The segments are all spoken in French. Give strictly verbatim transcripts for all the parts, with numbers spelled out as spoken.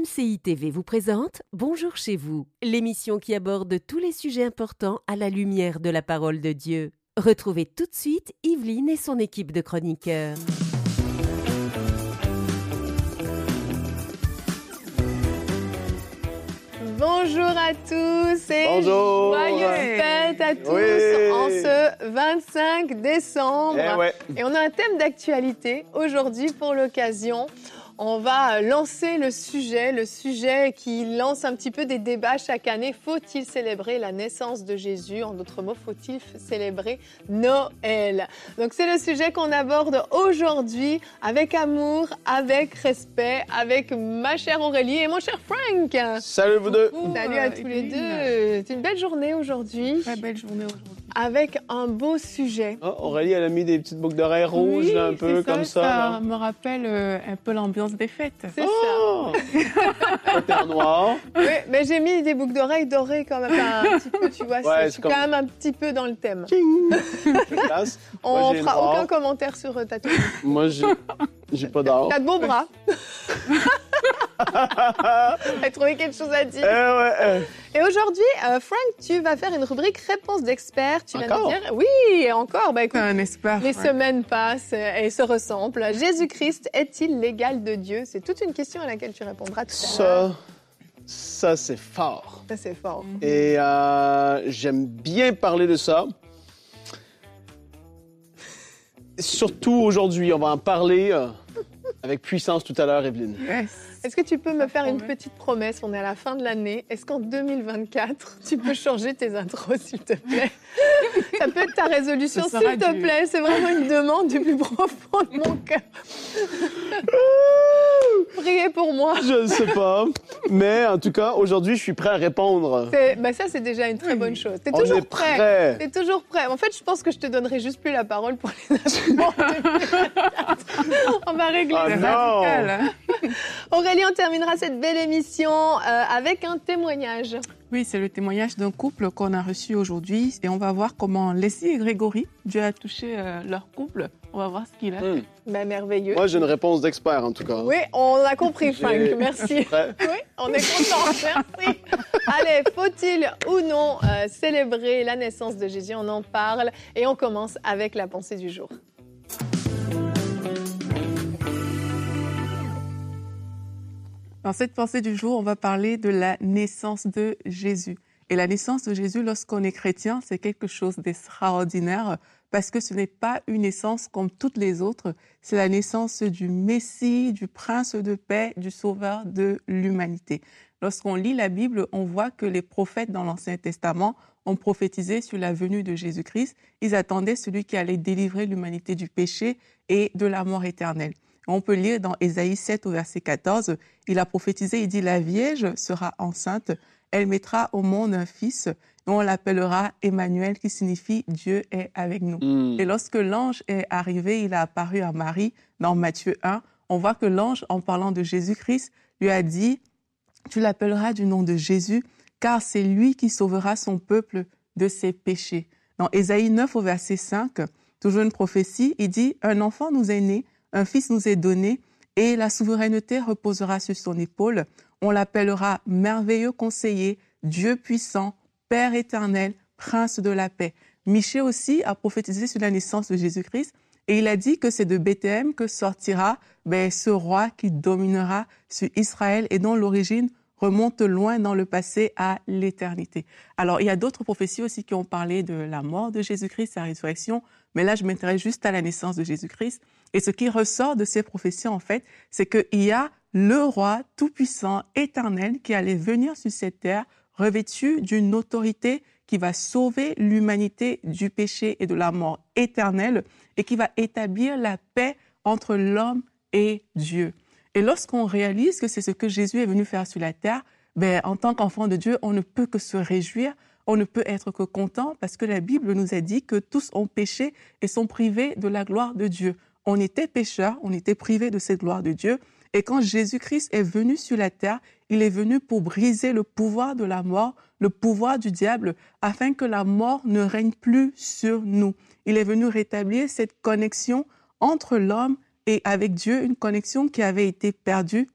C I T V vous présente Bonjour chez vous, l'émission qui aborde tous les sujets importants à la lumière de la parole de Dieu. Retrouvez tout de suite Yveline et son équipe de chroniqueurs. Bonjour à tous et Bonjour. joyeuses fêtes à tous Oui. en ce vingt-cinq décembre. Eh ouais. Et on a un thème d'actualité aujourd'hui pour l'occasion. On va lancer le sujet, le sujet qui lance un petit peu des débats chaque année. Faut-il célébrer la naissance de Jésus? En d'autres mots, faut-il célébrer Noël? Donc c'est le sujet qu'on aborde aujourd'hui avec amour, avec respect, avec ma chère Aurélie et mon cher Frank. Salut vous deux. Coucou, Salut à tous les deux. C'est une belle journée aujourd'hui. Très belle journée aujourd'hui. Avec un beau sujet. Oh, Aurélie, elle a mis des petites boucles d'oreilles rouges, Oui, là, un peu c'est comme ça. Ça là. me rappelle euh, un peu l'ambiance des fêtes. C'est Oh. ça. Terre noire. ça. Oui, mais j'ai mis des boucles d'oreilles dorées quand même. Enfin, un petit peu, tu vois. Ouais, c'est- je c'est suis comme- quand même un petit peu dans le thème. C'est classe. Moi, On j'ai fera noir. aucun commentaire sur euh, ta tenue. Moi, j'ai, j'ai pas d'or. T'as de beaux bras. T'as trouvé quelque chose à Eh dire. ouais. eh. Et aujourd'hui, euh, Frank, tu vas faire une rubrique réponse d'expert. Tu vas Encore? nous dire. Oui, encore. Bah écoute. Euh, N'est-ce pas? Les Ouais. semaines passent et se ressemblent. Jésus-Christ est-il l'égal de Dieu? C'est toute une question à laquelle tu répondras tout à l'heure. Ça, ça, c'est fort. Ça, c'est fort. Et euh, j'aime bien parler de ça. Surtout aujourd'hui, on va en parler euh, avec puissance tout à l'heure, Evelyne. Yes. Est-ce que tu peux me faire une promets. petite promesse? On est à la fin de l'année. Est-ce qu'en deux mille vingt-quatre, tu peux changer tes intros, s'il te plaît? Ça peut être ta résolution, Ce s'il sera te du- plaît. C'est vraiment une demande du plus profond de mon cœur. Priez pour moi. Je ne sais pas. Mais en tout cas, aujourd'hui, je suis prêt à répondre. C'est- bah ça, c'est déjà une très bonne chose. T'es On toujours est prêt. prêt. T'es toujours prêt. En fait, je pense que je te donnerai juste plus la parole pour les instruments. On va régler Ah ça. non. Radical, hein? Aurélie, on terminera cette belle émission euh, avec un témoignage. Oui, c'est le témoignage d'un couple qu'on a reçu aujourd'hui et on va voir comment Leslie et Grégory, Dieu a touché euh, leur couple. On va voir ce qu'il a fait. Hmm. Ben, merveilleux. Moi, j'ai une réponse d'expert, en tout cas. Oui, on a compris, Frank. J'ai- Merci. Je suis prêt. Oui, on est content. Merci. Allez, faut-il ou non euh, célébrer la naissance de Jésus? On en parle et on commence avec la pensée du jour. Dans cette pensée du jour, on va parler de la naissance de Jésus. Et la naissance de Jésus, lorsqu'on est chrétien, c'est quelque chose d'extraordinaire parce que ce n'est pas une naissance comme toutes les autres. C'est la naissance du Messie, du Prince de paix, du Sauveur de l'humanité. Lorsqu'on lit la Bible, on voit que les prophètes dans l'Ancien Testament ont prophétisé sur la venue de Jésus-Christ. Ils attendaient celui qui allait délivrer l'humanité du péché et de la mort éternelle. On peut lire dans Ésaïe sept au verset quatorze, il a prophétisé, il dit « La Vierge sera enceinte, elle mettra au monde un fils, et on l'appellera Emmanuel, qui signifie « Dieu est avec nous ». Hmm. Et lorsque l'ange est arrivé, il a apparu à Marie dans Matthieu un, on voit que l'ange, en parlant de Jésus-Christ, lui a dit « Tu l'appelleras du nom de Jésus, car c'est lui qui sauvera son peuple de ses péchés ». Dans Ésaïe neuf au verset cinq, toujours une prophétie, il dit « Un enfant nous est né, un fils nous est donné, et la souveraineté reposera sur son épaule. On l'appellera merveilleux conseiller, Dieu puissant, Père éternel, Prince de la paix. » Michée aussi a prophétisé sur la naissance de Jésus-Christ et il a dit que c'est de Bethléem que sortira ben, ce roi qui dominera sur Israël et dont l'origine remonte loin dans le passé à l'éternité. Alors, il y a d'autres prophéties aussi qui ont parlé de la mort de Jésus-Christ, sa résurrection, mais là, je m'intéresse juste à la naissance de Jésus-Christ. Et ce qui ressort de ces prophéties, en fait, c'est qu'il y a le roi tout-puissant, éternel, qui allait venir sur cette terre, revêtu d'une autorité qui va sauver l'humanité du péché et de la mort éternelle et qui va établir la paix entre l'homme et Dieu. Et lorsqu'on réalise que c'est ce que Jésus est venu faire sur la terre, ben, en tant qu'enfant de Dieu, on ne peut que se réjouir, on ne peut être que content parce que la Bible nous a dit que tous ont péché et sont privés de la gloire de Dieu. On était pécheurs, on était privés de cette gloire de Dieu. Et quand Jésus-Christ est venu sur la terre, il est venu pour briser le pouvoir de la mort, le pouvoir du diable, afin que la mort ne règne plus sur nous. Il est venu rétablir cette connexion entre l'homme et avec Dieu, une connexion qui avait été perdue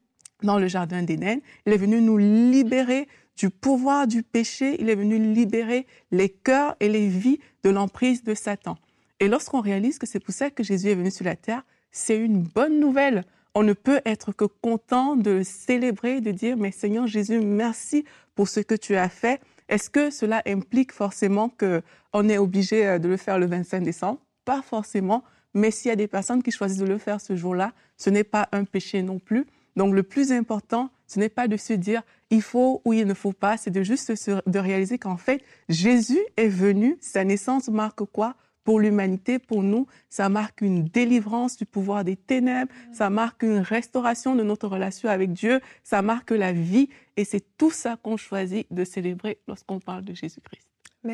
dans le jardin d'Éden. Il est venu nous libérer du pouvoir du péché. Il est venu libérer les cœurs et les vies de l'emprise de Satan. Et lorsqu'on réalise que c'est pour ça que Jésus est venu sur la terre, c'est une bonne nouvelle. On ne peut être que content de célébrer, de dire « Mais Seigneur Jésus, merci pour ce que tu as fait ». Est-ce que cela implique forcément qu'on est obligé de le faire le vingt-cinq décembre? Pas forcément, mais s'il y a des personnes qui choisissent de le faire ce jour-là, ce n'est pas un péché non plus. Donc le plus important, ce n'est pas de se dire « il faut » ou « il ne faut pas », c'est de juste se, de réaliser qu'en fait, Jésus est venu, sa naissance marque quoi? Pour l'humanité, pour nous, ça marque une délivrance du pouvoir des ténèbres, ça marque une restauration de notre relation avec Dieu, ça marque la vie et c'est tout ça qu'on choisit de célébrer lorsqu'on parle de Jésus-Christ.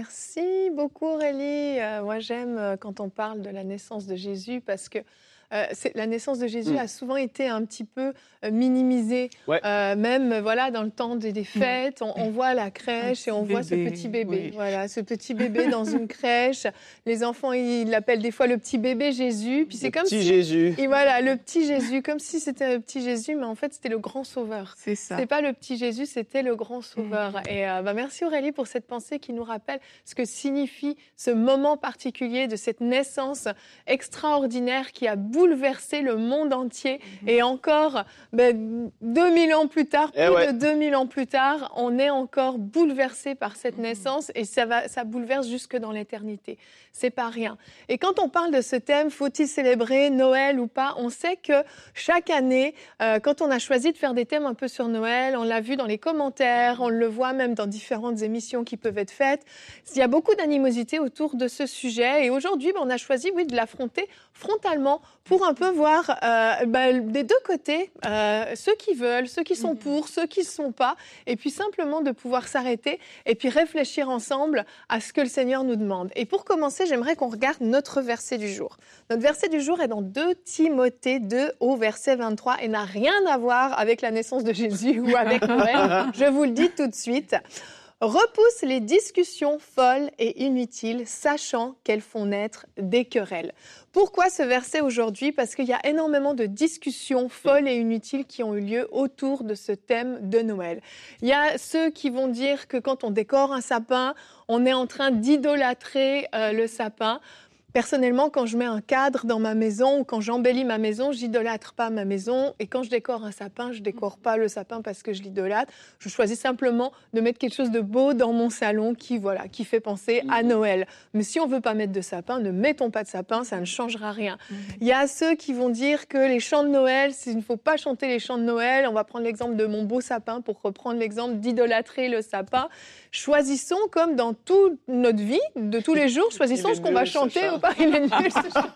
Merci beaucoup Aurélie. Euh, moi j'aime quand on parle de la naissance de Jésus parce que Euh, la naissance de Jésus mmh. a souvent été un petit peu euh, minimisée, ouais. euh, même euh, voilà, dans le temps des, des fêtes, on, on voit la crèche et on bébé, voit ce petit bébé, oui. voilà, ce petit bébé dans une crèche. Les enfants, ils l'appellent des fois le petit bébé Jésus, puis c'est le comme petit si, Jésus. Et voilà, le petit Jésus, comme si c'était le petit Jésus, mais en fait c'était le grand sauveur. C'est ça. C'est pas le petit Jésus, c'était le grand sauveur. Mmh. Et euh, bah, merci Aurélie pour cette pensée qui nous rappelle ce que signifie ce moment particulier de cette naissance extraordinaire qui a bouleverser le monde entier. Mmh. Et encore, ben, deux mille ans plus tard, plus eh ouais. de deux mille ans plus tard, on est encore bouleversé par cette mmh. naissance et ça, va, ça bouleverse jusque dans l'éternité. C'est pas rien. Et quand on parle de ce thème, faut-il célébrer Noël ou pas? On sait que chaque année, euh, quand on a choisi de faire des thèmes un peu sur Noël, on l'a vu dans les commentaires, on le voit même dans différentes émissions qui peuvent être faites, il y a beaucoup d'animosité autour de ce sujet. Et aujourd'hui, ben, on a choisi, oui, de l'affronter frontalement pour un peu voir euh, ben, des deux côtés, euh, ceux qui veulent, ceux qui sont pour, ceux qui ne sont pas, et puis simplement de pouvoir s'arrêter et puis réfléchir ensemble à ce que le Seigneur nous demande. Et pour commencer, j'aimerais qu'on regarde notre verset du jour. Notre verset du jour est dans deux Timothée deux au verset vingt-trois et n'a rien à voir avec la naissance de Jésus ou avec Noël. Je vous le dis tout de suite. Repousse les discussions folles et inutiles, sachant qu'elles font naître des querelles. Pourquoi ce verset aujourd'hui? Parce qu'il y a énormément de discussions folles et inutiles qui ont eu lieu autour de ce thème de Noël. Il y a ceux qui vont dire que quand on décore un sapin, on est en train d'idolâtrer euh, le sapin. Personnellement, quand je mets un cadre dans ma maison ou quand j'embellis ma maison, j'idolâtre pas ma maison. Et quand je décore un sapin, je décore pas le sapin parce que je l'idolâtre. Je choisis simplement de mettre quelque chose de beau dans mon salon qui, voilà, qui fait penser à Noël. Mais si on veut pas mettre de sapin, ne mettons pas de sapin, ça ne changera rien. Il y a ceux qui vont dire que les chants de Noël, il ne faut pas chanter les chants de Noël. On va prendre l'exemple de mon beau sapin pour reprendre l'exemple d'idolâtrer le sapin. Choisissons, comme dans toute notre vie, de tous les jours, choisissons ce qu'on va chanter ou pas. Il est nul, ce chant.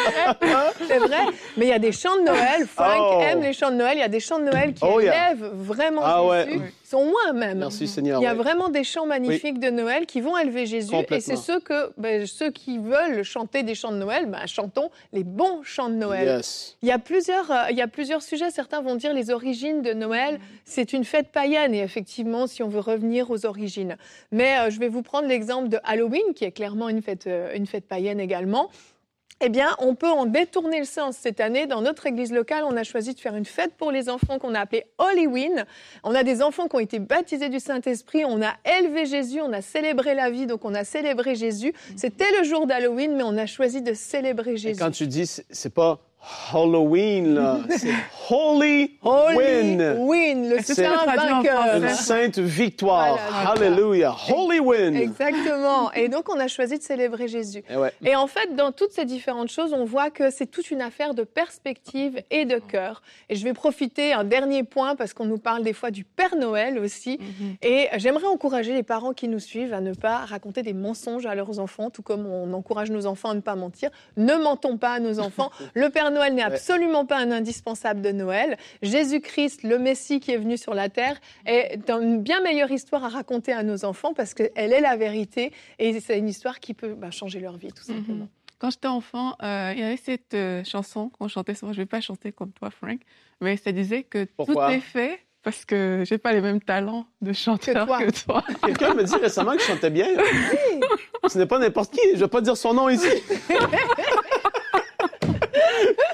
C'est vrai. Mais il y a des chants de Noël. Frank oh. aime les chants de Noël. Il y a des chants de Noël qui oh, élèvent yeah. vraiment ah, Jésus. Ouais. Ils sont moins même. Merci Seigneur. Il y a ouais. vraiment des chants magnifiques oui. de Noël qui vont élever Jésus. Et c'est ceux, que, ben, ceux qui veulent chanter des chants de Noël, ben, chantons les bons chants de Noël. Yes. Il y a plusieurs, euh, il y a plusieurs sujets. Certains vont dire les origines de Noël. C'est une fête païenne. Et effectivement, si on veut revenir aux origines. Mais euh, je vais vous prendre l'exemple de Halloween, qui est clairement une fête, euh, une fête païenne également. Eh bien, on peut en détourner le sens. Cette année, dans notre église locale, on a choisi de faire une fête pour les enfants qu'on a appelée Halloween. On a des enfants qui ont été baptisés du Saint-Esprit. On a élevé Jésus, on a célébré la vie, donc on a célébré Jésus. C'était le jour d'Halloween, mais on a choisi de célébrer Jésus. Et quand tu dis, c'est pas Halloween, là. C'est Holy, Holy Win. Win, le saint vainqueur. Une sainte victoire. Voilà, Hallelujah. Holy Win. Exactement. Et donc, on a choisi de célébrer Jésus. Et, ouais. et en fait, dans toutes ces différentes choses, on voit que c'est toute une affaire de perspective et de cœur. Et je vais profiter un dernier point, parce qu'on nous parle des fois du Père Noël aussi. Mm-hmm. Et j'aimerais encourager les parents qui nous suivent à ne pas raconter des mensonges à leurs enfants, tout comme on encourage nos enfants à ne pas mentir. Ne mentons pas à nos enfants. Le Père Noël n'est absolument pas un indispensable de Noël. Jésus-Christ, le Messie qui est venu sur la terre, est une bien meilleure histoire à raconter à nos enfants parce qu'elle est la vérité et c'est une histoire qui peut bah, changer leur vie, tout simplement. Mm-hmm. Quand j'étais enfant, euh, il y avait cette euh, chanson qu'on chantait souvent. Je ne vais pas chanter comme toi, Frank, mais ça disait que Pourquoi? Tout est fait parce que je n'ai pas les mêmes talents de chanteur que toi. Que toi. Quelqu'un me dit récemment que je chantais bien. Oui. Ce n'est pas n'importe qui. Je ne vais pas dire son nom ici.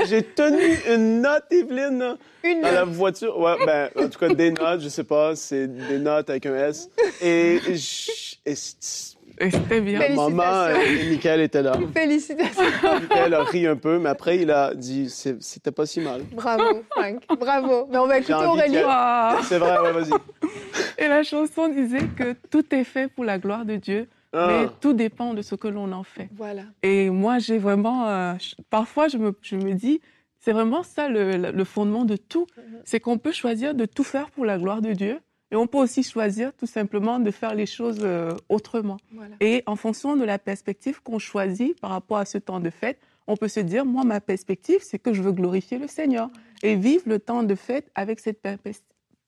j'ai tenu une note, Evelyne, Une dans la note. voiture. Ouais, ben, en tout cas, des notes, je sais pas, c'est des notes avec un S. Et, je- et c- Et c'était bien. Félicitations. maman euh, et Michael étaient là. Félicitations. Michael a ri un peu, mais après, il a dit c'est- c'était pas si mal. Bravo, Frank. Bravo. Mais on va écouter J'ai envie Aurélie. qu'elle- Waouh. C'est vrai, ouais, vas-y. Et la chanson disait que tout est fait pour la gloire de Dieu, Ah. mais tout dépend de ce que l'on en fait. Voilà. Et moi, j'ai vraiment... euh, je- parfois, je me, je me dis, c'est vraiment ça le, le fondement de tout. C'est qu'on peut choisir de tout faire pour la gloire de Dieu, et on peut aussi choisir tout simplement de faire les choses euh, autrement. Voilà. Et en fonction de la perspective qu'on choisit par rapport à ce temps de fête, on peut se dire, moi, ma perspective, c'est que je veux glorifier le Seigneur et vivre le temps de fête avec cette perspective.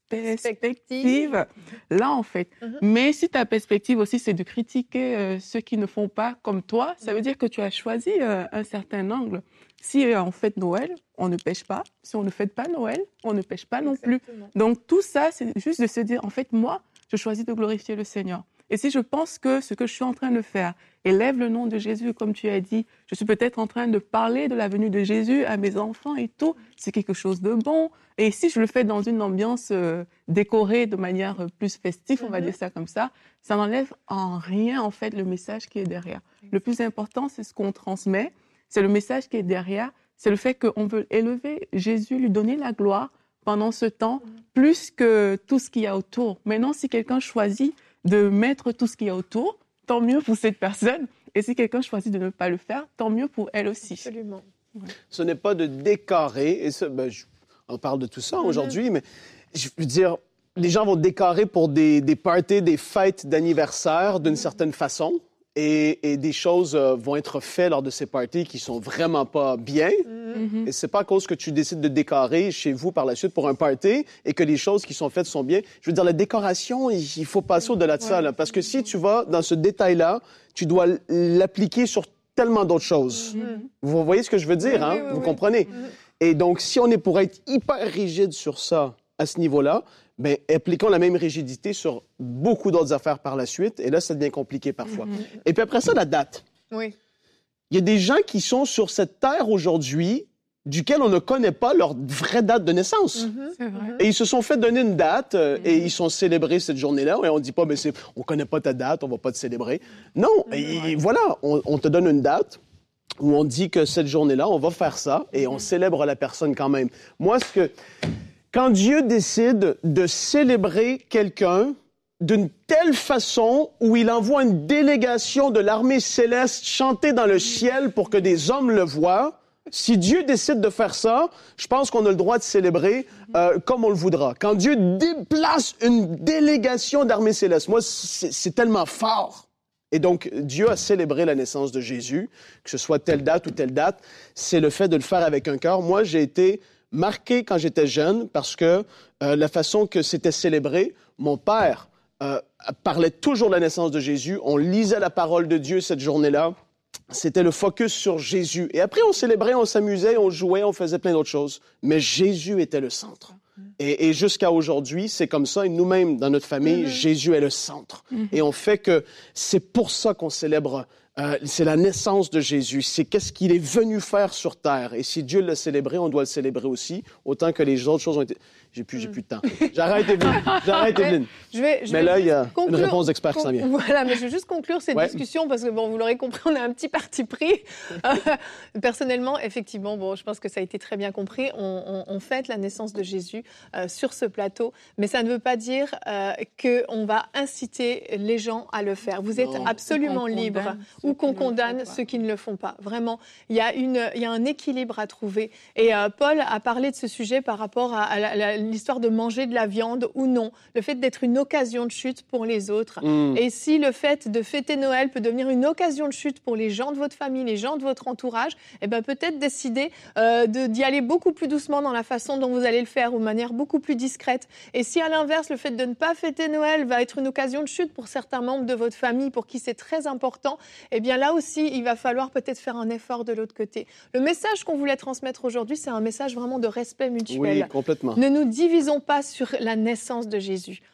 perspective là, en fait. Mhm. Mais si ta perspective aussi, c'est de critiquer euh, ceux qui ne font pas comme toi, ça veut dire que tu as choisi euh, un certain angle. Si euh, on fête Noël, on ne pêche pas. Si on ne fête pas Noël, on ne pêche pas non plus. Exactement. Donc tout ça, c'est juste de se dire, en fait, moi, je choisis de glorifier le Seigneur. Et si je pense que ce que je suis en train de faire élève le nom de Jésus, comme tu as dit, je suis peut-être en train de parler de la venue de Jésus à mes enfants et tout, c'est quelque chose de bon. Et si je le fais dans une ambiance euh, décorée de manière euh, plus festive, on va Mhm. dire ça comme ça, ça n'enlève en rien, en fait, le message qui est derrière. Le plus important, c'est ce qu'on transmet, c'est le message qui est derrière, c'est le fait qu'on veut élever Jésus, lui donner la gloire pendant ce temps, plus que tout ce qu'il y a autour. Maintenant, si quelqu'un choisit de mettre tout ce qu'il y a autour, tant mieux pour cette personne. Et si quelqu'un choisit de ne pas le faire, tant mieux pour elle aussi. Absolument. Ce n'est pas de décorer, et ça, ben, je- on parle de tout ça Mhm. aujourd'hui, mais je veux dire, les gens vont décorer pour des, des parties, des fêtes d'anniversaire d'une certaine façon, et, et des choses euh, vont être faites lors de ces parties qui sont vraiment pas bien. Mhm. Et c'est pas à cause que tu décides de décorer chez vous par la suite pour un party et que les choses qui sont faites sont bien. Je veux dire, la décoration, il faut passer au-delà de ça, là, parce que si tu vas dans ce détail-là, tu dois l'appliquer sur tellement d'autres choses. Mhm. Vous voyez ce que je veux dire, Oui, hein? oui, oui, Vous oui. comprenez? Mhm. Et donc, si on est pour être hyper rigide sur ça, à ce niveau-là, bien, appliquons la même rigidité sur beaucoup d'autres affaires par la suite. Et là, ça devient compliqué parfois. Mhm. Et puis après ça, la date. Oui. Il y a des gens qui sont sur cette terre aujourd'hui, duquel on ne connaît pas leur vraie date de naissance. Mhm. C'est vrai. Et ils se sont fait donner une date euh, et ils sont célébrés cette journée-là. Et on dit pas, mais c'est, on connaît pas ta date, on va pas te célébrer. Non, et, et voilà, on, on te donne une date où on dit que cette journée-là, on va faire ça et on célèbre la personne quand même. Moi, ce que, quand Dieu décide de célébrer quelqu'un d'une telle façon où il envoie une délégation de l'armée céleste chanter dans le ciel pour que des hommes le voient, si Dieu décide de faire ça, je pense qu'on a le droit de célébrer euh, comme on le voudra. Quand Dieu déplace une délégation d'armée céleste, moi, c'est, c'est tellement fort. Et donc, Dieu a célébré la naissance de Jésus, que ce soit telle date ou telle date. C'est le fait de le faire avec un cœur. Moi, j'ai été marqué quand j'étais jeune parce que euh, la façon que c'était célébré, mon père euh, parlait toujours de la naissance de Jésus. On lisait la parole de Dieu cette journée-là. C'était le focus sur Jésus. Et après, on célébrait, on s'amusait, on jouait, on faisait plein d'autres choses. Mais Jésus était le centre. Et, et jusqu'à aujourd'hui, c'est comme ça. Et nous-mêmes, dans notre famille, Mm-hmm. Jésus est le centre. Mm-hmm. Et on fait que c'est pour ça qu'on célèbre. Euh, c'est la naissance de Jésus. C'est qu'est-ce qu'il est venu faire sur terre. Et si Dieu l'a célébré, on doit le célébrer aussi, autant que les autres choses ont été... J'ai plus, j'ai plus de temps. J'arrête, Evelyne. J'arrête, Evelyne. Je vais, je Mais vais là, il y a juste conclure- une réponse d'expert qui s'en vient. Voilà, mais je vais juste conclure cette Ouais. discussion parce que, bon, vous l'aurez compris, on a un petit parti pris. Euh, personnellement, effectivement, bon, je pense que ça a été très bien compris. On, on, on fête la naissance de Jésus euh, sur ce plateau, mais ça ne veut pas dire euh, qu'on va inciter les gens à le faire. Vous êtes Non. absolument Ou qu'on libre condamne ou ceux qu'on qui ne le font condamne pas. ceux qui ne le font pas. Vraiment, il y a, une, il y a un équilibre à trouver. Et euh, Paul a parlé de ce sujet par rapport à, à la- la- l'histoire de manger de la viande ou non, le fait d'être une occasion de chute pour les autres. Mm. Et si le fait de fêter Noël peut devenir une occasion de chute pour les gens de votre famille, les gens de votre entourage, eh ben peut-être décider euh, de, d'y aller beaucoup plus doucement dans la façon dont vous allez le faire, ou de manière beaucoup plus discrète. Et si à l'inverse, le fait de ne pas fêter Noël va être une occasion de chute pour certains membres de votre famille, pour qui c'est très important, eh bien là aussi, il va falloir peut-être faire un effort de l'autre côté. Le message qu'on voulait transmettre aujourd'hui, c'est un message vraiment de respect mutuel. Oui, complètement. Ne nous divisons pas sur la naissance de Jésus.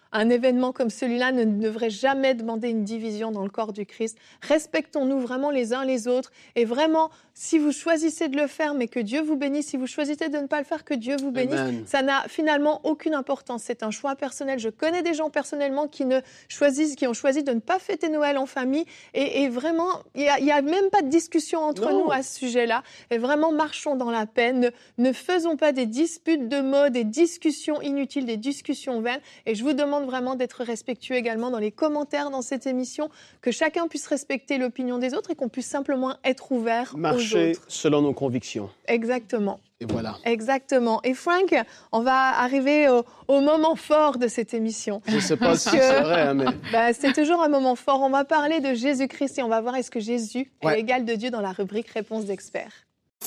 Un événement comme celui-là ne devrait jamais demander une division dans le corps du Christ. Respectons-nous vraiment les uns les autres. Et vraiment, si vous choisissez de le faire, mais que Dieu vous bénisse. Si vous choisissez de ne pas le faire, que Dieu vous bénisse. Amen. Ça n'a finalement aucune importance. C'est un choix personnel. Je connais des gens personnellement qui, ne choisissent, qui ont choisi de ne pas fêter Noël en famille. Et, et vraiment, il n'y a, y a même pas de discussion entre Non. nous à ce sujet-là. Et vraiment, marchons dans la paix. Ne, ne faisons pas des disputes de mots, des discussions inutiles, des discussions vaines. Et je vous demande vraiment d'être respectueux également dans les commentaires dans cette émission, que chacun puisse respecter l'opinion des autres et qu'on puisse simplement être ouvert aux Marcher autres. selon nos convictions. Exactement. Et voilà. Exactement. Et Frank, on va arriver au, au moment fort de cette émission. Je ne sais pas si que- c'est vrai, hein, mais... Bah, c'est toujours un moment fort. On va parler de Jésus-Christ et on va voir est-ce que Jésus est Ouais. l'égal de Dieu dans la rubrique Réponse d'experts.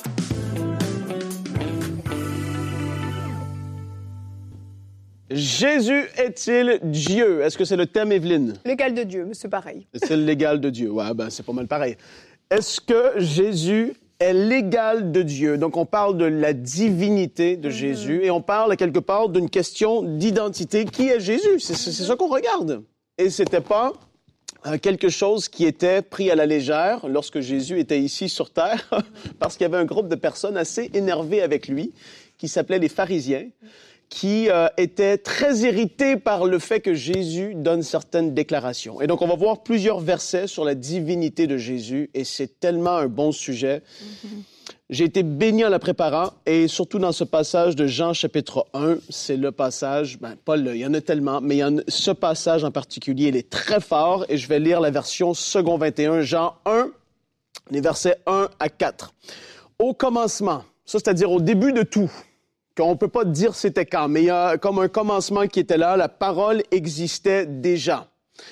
Jésus est-il Dieu? Est-ce que c'est le thème, Evelyne? L'égal de Dieu, mais c'est pareil. C'est l'égal de Dieu. Ouais, ben, c'est pas mal pareil. Est-ce que Jésus est l'égal de Dieu? Donc, on parle de la divinité de mm-hmm. Jésus et on parle, quelque part, d'une question d'identité. Qui est Jésus? C'est, c'est, c'est ça qu'on regarde. Et c'était pas euh, quelque chose qui était pris à la légère lorsque Jésus était ici sur Terre, parce qu'il y avait un groupe de personnes assez énervées avec lui, qui s'appelaient les pharisiens, qui euh, étaient très irrités par le fait que Jésus donne certaines déclarations. Et donc, on va voir plusieurs versets sur la divinité de Jésus, et c'est tellement un bon sujet. Mm-hmm. J'ai été béni en la préparant, et surtout dans ce passage de Jean chapitre un, c'est le passage, ben pas le, il y en a tellement, mais il y en a, ce passage en particulier, il est très fort, et je vais lire la version second vingt et un, Jean un, les versets un à quatre. Au commencement, ça c'est-à-dire au début de tout, qu'on ne peut pas dire c'était quand, mais il y a comme un commencement qui était là, la parole existait déjà.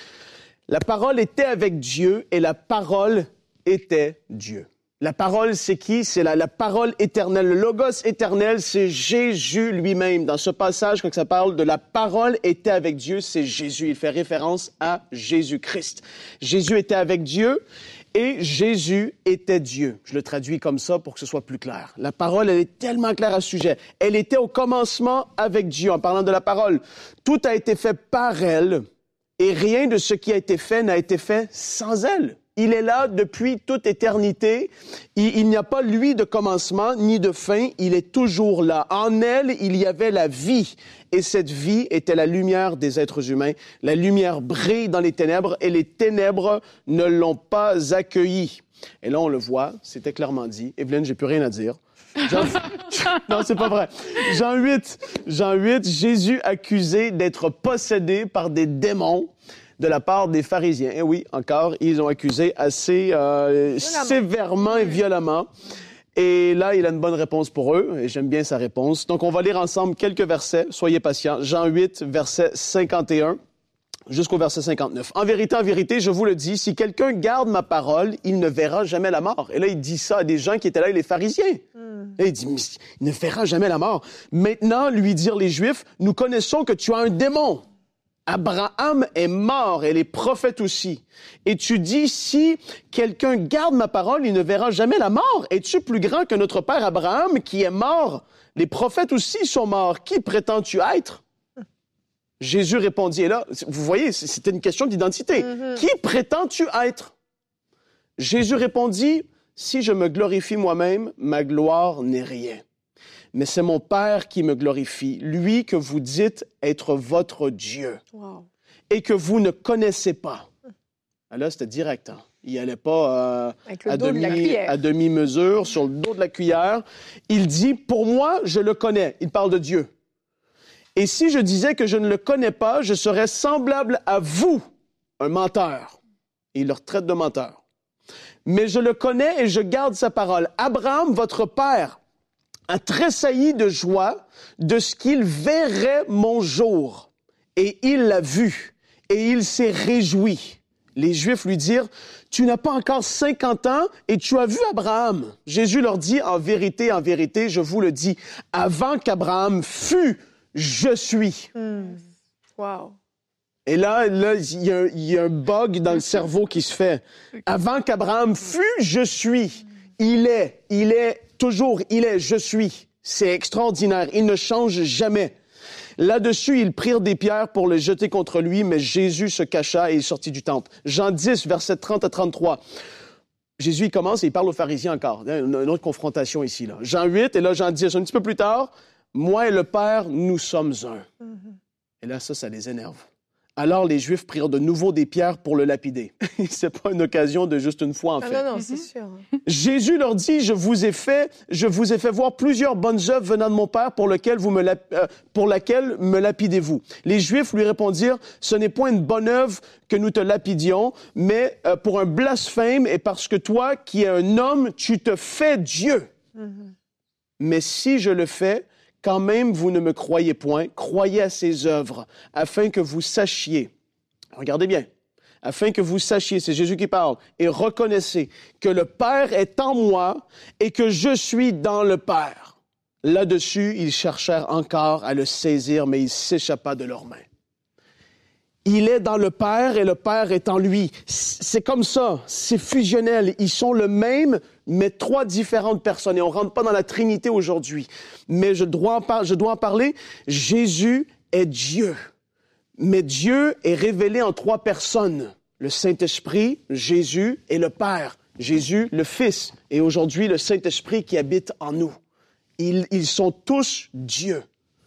La parole était avec Dieu et la parole était Dieu. La parole, c'est qui? C'est la, la parole éternelle. Le logos éternel, c'est Jésus lui-même. Dans ce passage, quand ça parle de la parole était avec Dieu, c'est Jésus. Il fait référence à Jésus-Christ. Jésus était avec Dieu. Et Jésus était Dieu. Je le traduis comme ça pour que ce soit plus clair. La parole, elle est tellement claire à ce sujet. Elle était au commencement avec Dieu. En parlant de la parole, tout a été fait par elle et rien de ce qui a été fait n'a été fait sans elle. Il est là depuis toute éternité. Il, il n'y a pas, lui, de commencement ni de fin. Il est toujours là. En elle, il y avait la vie. Et cette vie était la lumière des êtres humains. La lumière brille dans les ténèbres et les ténèbres ne l'ont pas accueillie. Et là, on le voit, c'était clairement dit. Evelyne, j'ai plus rien à dire. Jean... non, c'est pas vrai. Jean huit, Jean huit, Jésus accusé d'être possédé par des démons de la part des pharisiens. Et oui, encore, ils ont accusé assez euh, sévèrement et violemment. Et là, il a une bonne réponse pour eux, et j'aime bien sa réponse. Donc, on va lire ensemble quelques versets. Soyez patients. Jean huit, verset cinquante et un, jusqu'au verset cinquante-neuf. En vérité, en vérité, je vous le dis, si quelqu'un garde ma parole, il ne verra jamais la mort. Et là, il dit ça à des gens qui étaient là, les pharisiens. Mm. Et il dit, mais il ne verra jamais la mort. Maintenant, lui dirent les Juifs, nous connaissons que tu as un démon. Abraham est mort et les prophètes aussi. Et tu dis, si quelqu'un garde ma parole, il ne verra jamais la mort. Es-tu plus grand que notre père Abraham qui est mort? Les prophètes aussi sont morts. Qui prétends-tu être? Jésus répondit, et là, vous voyez, c'était une question d'identité. Mm-hmm. Qui prétends-tu être? Jésus répondit, si je me glorifie moi-même, ma gloire n'est rien. Mais c'est mon Père qui me glorifie, lui que vous dites être votre Dieu, wow. et que vous ne connaissez pas. Là, c'était direct. Hein? Il n'allait pas euh, à, demi, à demi-mesure, sur le dos de la cuillère. Il dit, pour moi, je le connais. Il parle de Dieu. Et si je disais que je ne le connais pas, je serais semblable à vous, un menteur. Et il leur traite de menteur. Mais je le connais et je garde sa parole. Abraham, votre père, a tressailli de joie de ce qu'il verrait mon jour. Et il l'a vu, et il s'est réjoui. Les Juifs lui dirent, « Tu n'as pas encore cinquante ans, et tu as vu Abraham. » Jésus leur dit, « En vérité, en vérité, je vous le dis, avant qu'Abraham fût, je suis. Mm. » Wow. Et là, là, il y a, il y a un bug dans le cerveau qui se fait. Avant qu'Abraham fût, je suis. Il est, il est toujours, il est, je suis. C'est extraordinaire. Il ne change jamais. Là-dessus, ils prirent des pierres pour les jeter contre lui, mais Jésus se cacha et est sorti du temple. Jean dix, versets trente à trente-trois. Jésus, il commence et il parle aux pharisiens encore. Une, une autre confrontation ici, là. Jean huit, et là, Jean dix, un petit peu plus tard. Moi et le Père, nous sommes un. Mm-hmm. Et là, ça, ça les énerve. Alors, les Juifs prirent de nouveau des pierres pour le lapider. C'est pas une occasion de juste une fois, en fait. Ah non, non, c'est sûr. Jésus leur dit, je vous ai fait, je vous ai fait voir plusieurs bonnes œuvres venant de mon Père pour, lequel vous me lap... euh, pour laquelle me lapidez-vous. Les Juifs lui répondirent, ce n'est point une bonne œuvre que nous te lapidions, mais euh, pour un blasphème et parce que toi, qui es un homme, tu te fais Dieu. Mm-hmm. Mais si je le fais, quand même, vous ne me croyez point, croyez à ses œuvres, afin que vous sachiez, regardez bien, afin que vous sachiez, c'est Jésus qui parle, et reconnaissez que le Père est en moi et que je suis dans le Père. Là-dessus, ils cherchèrent encore à le saisir, mais il s'échappa de leurs mains. Il est dans le Père et le Père est en lui. C'est comme ça, c'est fusionnel. Ils sont le même, mais trois différentes personnes. Et on ne rentre pas dans la Trinité aujourd'hui. Mais je dois, en par- je dois en parler. Jésus est Dieu. Mais Dieu est révélé en trois personnes. Le Saint-Esprit, Jésus et le Père. Jésus, le Fils. Et aujourd'hui, le Saint-Esprit qui habite en nous. Ils, ils sont tous Dieu.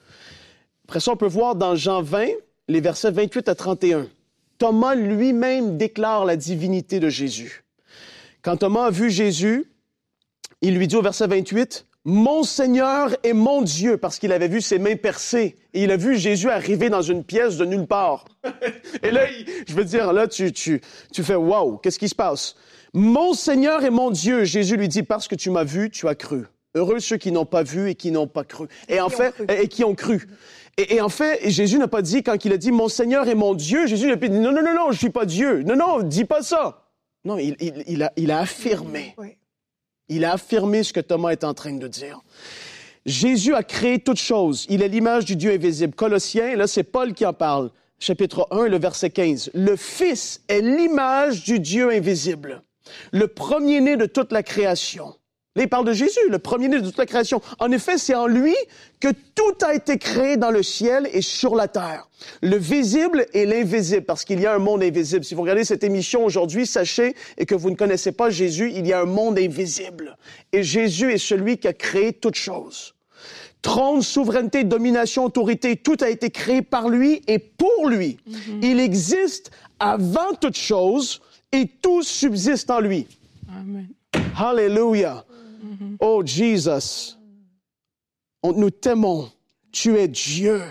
Après ça, on peut voir dans Jean vingt, les versets vingt-huit à trente et un. Thomas lui-même déclare la divinité de Jésus. Quand Thomas a vu Jésus, il lui dit au verset vingt-huit, « Mon Seigneur et mon Dieu », parce qu'il avait vu ses mains percées. Et il a vu Jésus arriver dans une pièce de nulle part. Et là, il, je veux dire, là, tu, tu, tu fais « Wow, qu'est-ce qui se passe? »« Mon Seigneur et mon Dieu », Jésus lui dit, « Parce que tu m'as vu, tu as cru. Heureux ceux qui n'ont pas vu et qui n'ont pas cru. » Et, et en fait, et qui ont cru. Et, et en fait, Jésus n'a pas dit, quand il a dit « Mon Seigneur et mon Dieu », Jésus n'a pas dit « Non, non, non, non, je suis pas Dieu. Non, non, dis pas ça. » Non, il, il, il, a, il a affirmé. Oui. Il a affirmé ce que Thomas est en train de dire. Jésus a créé toutes choses. Il est l'image du Dieu invisible. Colossiens, là, c'est Paul qui en parle. Chapitre un, le verset quinze. Le Fils est l'image du Dieu invisible. Le premier-né de toute la création. Là, il parle de Jésus, le premier-né de toute la création. En effet, c'est en lui que tout a été créé dans le ciel et sur la terre. Le visible et l'invisible, parce qu'il y a un monde invisible. Si vous regardez cette émission aujourd'hui, sachez et que vous ne connaissez pas Jésus, il y a un monde invisible. Et Jésus est celui qui a créé toutes choses. Trône, souveraineté, domination, autorité, tout a été créé par lui et pour lui. Mm-hmm. Il existe avant toute chose et tout subsiste en lui. Amen. Hallelujah. Mm-hmm. Oh, Jesus. On, nous t'aimons. Tu es Dieu.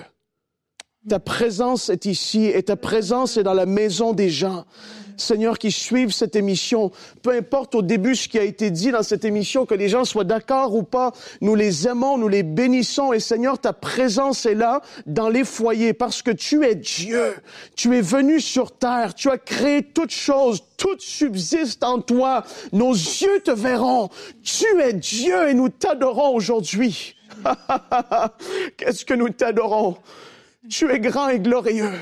Ta présence est ici et ta présence est dans la maison des gens. Seigneur, qui suivent cette émission, peu importe au début ce qui a été dit dans cette émission, que les gens soient d'accord ou pas, nous les aimons, nous les bénissons et Seigneur, ta présence est là dans les foyers parce que tu es Dieu. Tu es venu sur terre, tu as créé toutes choses, tout subsiste en toi. Nos yeux te verront. Tu es Dieu et nous t'adorons aujourd'hui. Qu'est-ce que nous t'adorons? Tu es grand et glorieux.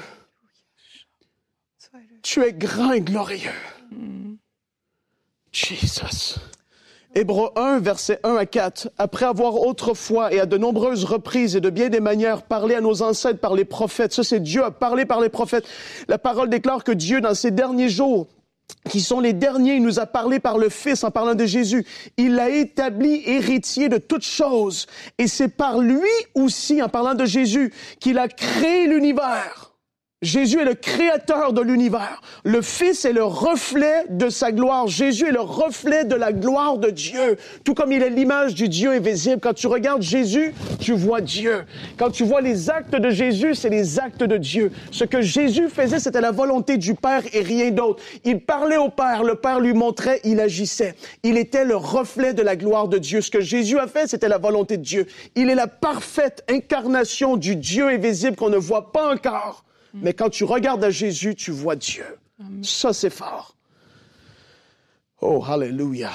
Tu es grand et glorieux. Mm. Jesus. Hébreux un, versets un à quatre. Après avoir autrefois et à de nombreuses reprises et de bien des manières parlé à nos ancêtres par les prophètes. Ça, c'est Dieu a parlé par les prophètes. La parole déclare que Dieu, dans ces derniers jours, qui sont les derniers, il nous a parlé par le Fils en parlant de Jésus. Il l'a établi héritier de toutes choses. Et c'est par lui aussi, en parlant de Jésus, qu'il a créé l'univers. Jésus est le créateur de l'univers. Le Fils est le reflet de sa gloire. Jésus est le reflet de la gloire de Dieu. Tout comme il est l'image du Dieu invisible. Quand tu regardes Jésus, tu vois Dieu. Quand tu vois les actes de Jésus, c'est les actes de Dieu. Ce que Jésus faisait, c'était la volonté du Père et rien d'autre. Il parlait au Père, le Père lui montrait, il agissait. Il était le reflet de la gloire de Dieu. Ce que Jésus a fait, c'était la volonté de Dieu. Il est la parfaite incarnation du Dieu invisible qu'on ne voit pas encore. Mais quand tu regardes à Jésus, tu vois Dieu. Amen. Ça, c'est fort. Oh, hallelujah.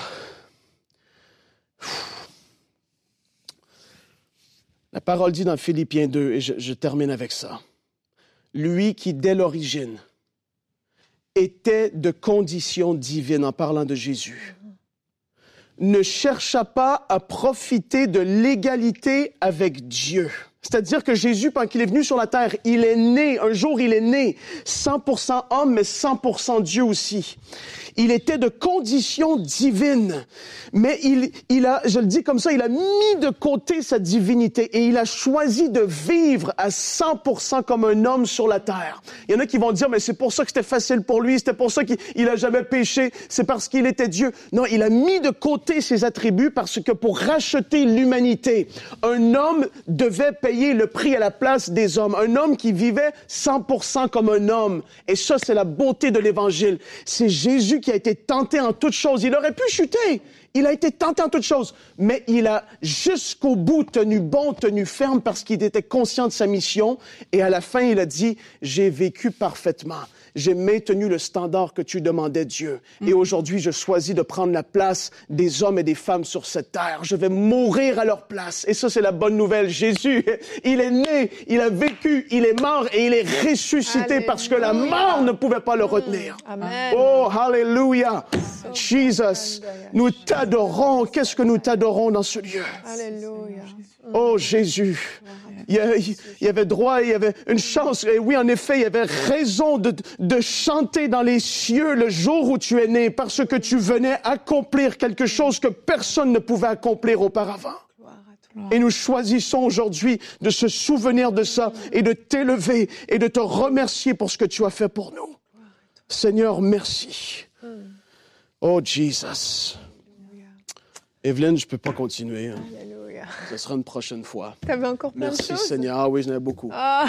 La parole dit dans Philippiens deux, et je, je termine avec ça. Lui qui, dès l'origine, était de condition divine, en parlant de Jésus, ne chercha pas à profiter de l'égalité avec Dieu. C'est-à-dire que Jésus, quand il est venu sur la terre, il est né, un jour il est né, cent pour cent homme, mais cent pour cent Dieu aussi. Il était de condition divine, mais il, il a, je le dis comme ça, il a mis de côté sa divinité et il a choisi de vivre à cent pour cent comme un homme sur la terre. Il y en a qui vont dire, mais c'est pour ça que c'était facile pour lui, c'était pour ça qu'il il a jamais péché, c'est parce qu'il était Dieu. Non, il a mis de côté ses attributs parce que pour racheter l'humanité, un homme devait payer le prix à la place des hommes. Un homme qui vivait cent pour cent comme un homme. Et ça, c'est la beauté de l'Évangile. C'est Jésus qui a été tenté en toutes choses. Il aurait pu chuter. Il a été tenté en toutes choses. Mais il a jusqu'au bout tenu bon, tenu ferme parce qu'il était conscient de sa mission. Et à la fin, il a dit, j'ai vécu parfaitement. J'ai maintenu le standard que tu demandais, Dieu. Et aujourd'hui, je choisis de prendre la place des hommes et des femmes sur cette terre. Je vais mourir à leur place. Et ça, c'est la bonne nouvelle. Jésus, il est né, il a vécu, il est mort et il est ressuscité Alléluia. Parce que la mort ne pouvait pas le retenir. Amen. Oh, hallelujah. Jesus, nous t'adorons. Qu'est-ce que nous t'adorons dans ce lieu? Alléluia. Oh, Jésus. Il y, a, il y avait droit, il y avait une chance. Et oui, en effet, il y avait raison de, de chanter dans les cieux le jour où tu es né, parce que tu venais accomplir quelque chose que personne ne pouvait accomplir auparavant. Et nous choisissons aujourd'hui de se souvenir de ça et de t'élever et de te remercier pour ce que tu as fait pour nous. Seigneur, merci. Oh, Jesus. Evelyne, je ne peux pas continuer. Hein. Alléluia. Ce sera une prochaine fois. Tu avais encore plein Merci, de choses? Seigneur. Ah oui, j'en ai beaucoup. Ah.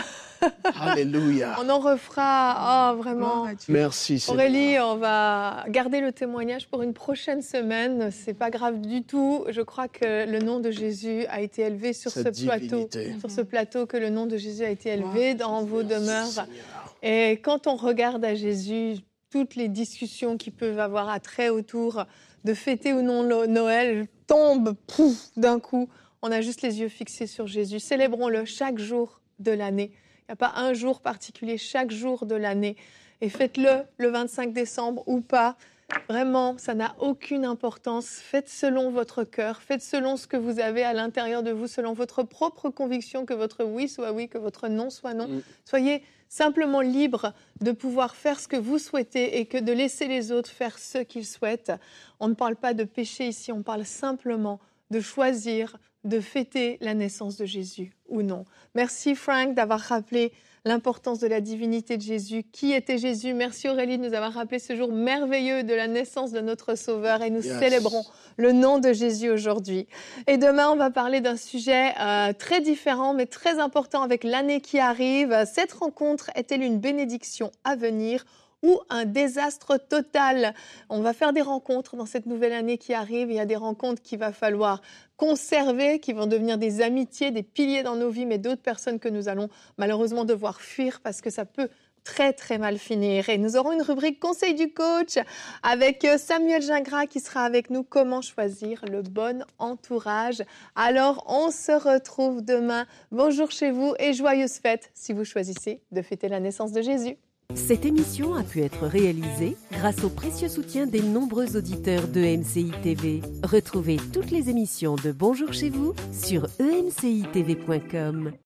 Alléluia. On en refera. Oh, vraiment. Merci, Seigneur. Aurélie, on va garder le témoignage pour une prochaine semaine. C'est pas grave du tout. Je crois que le nom de Jésus a été élevé sur Cette ce plateau. divinité. Sur ce plateau, que le nom de Jésus a été élevé dans vos demeures. Seigneur. Et quand on regarde à Jésus, toutes les discussions qui peuvent avoir attrait autour de fêter ou non Noël tombent pouf, d'un coup. On a juste les yeux fixés sur Jésus. Célébrons-le chaque jour de l'année. Il n'y a pas un jour particulier, chaque jour de l'année. Et faites-le le vingt-cinq décembre ou pas. Vraiment, ça n'a aucune importance. Faites selon votre cœur. Faites selon ce que vous avez à l'intérieur de vous, selon votre propre conviction, que votre oui soit oui, que votre non soit non. Mm. Soyez simplement libre de pouvoir faire ce que vous souhaitez et que de laisser les autres faire ce qu'ils souhaitent. On ne parle pas de péché ici, on parle simplement de choisir de fêter la naissance de Jésus ou non. Merci Frank d'avoir rappelé l'importance de la divinité de Jésus. Qui était Jésus? Merci Aurélie de nous avoir rappelé ce jour merveilleux de la naissance de notre Sauveur et nous yes. célébrons le nom de Jésus aujourd'hui. Et demain, on va parler d'un sujet euh, très différent mais très important avec l'année qui arrive. Cette rencontre est-elle une bénédiction à venir ou un désastre total? On va faire des rencontres dans cette nouvelle année qui arrive. Il y a des rencontres qu'il va falloir conserver, qui vont devenir des amitiés, des piliers dans nos vies, mais d'autres personnes que nous allons malheureusement devoir fuir parce que ça peut très très mal finir. Et nous aurons une rubrique Conseil du coach avec Samuel Gingras qui sera avec nous. Comment choisir le bon entourage? Alors on se retrouve demain. Bonjour chez vous et joyeuses fêtes si vous choisissez de fêter la naissance de Jésus. Cette émission a pu être réalisée grâce au précieux soutien des nombreux auditeurs de E M C I T V. Retrouvez toutes les émissions de Bonjour chez vous sur e m c i t v point com.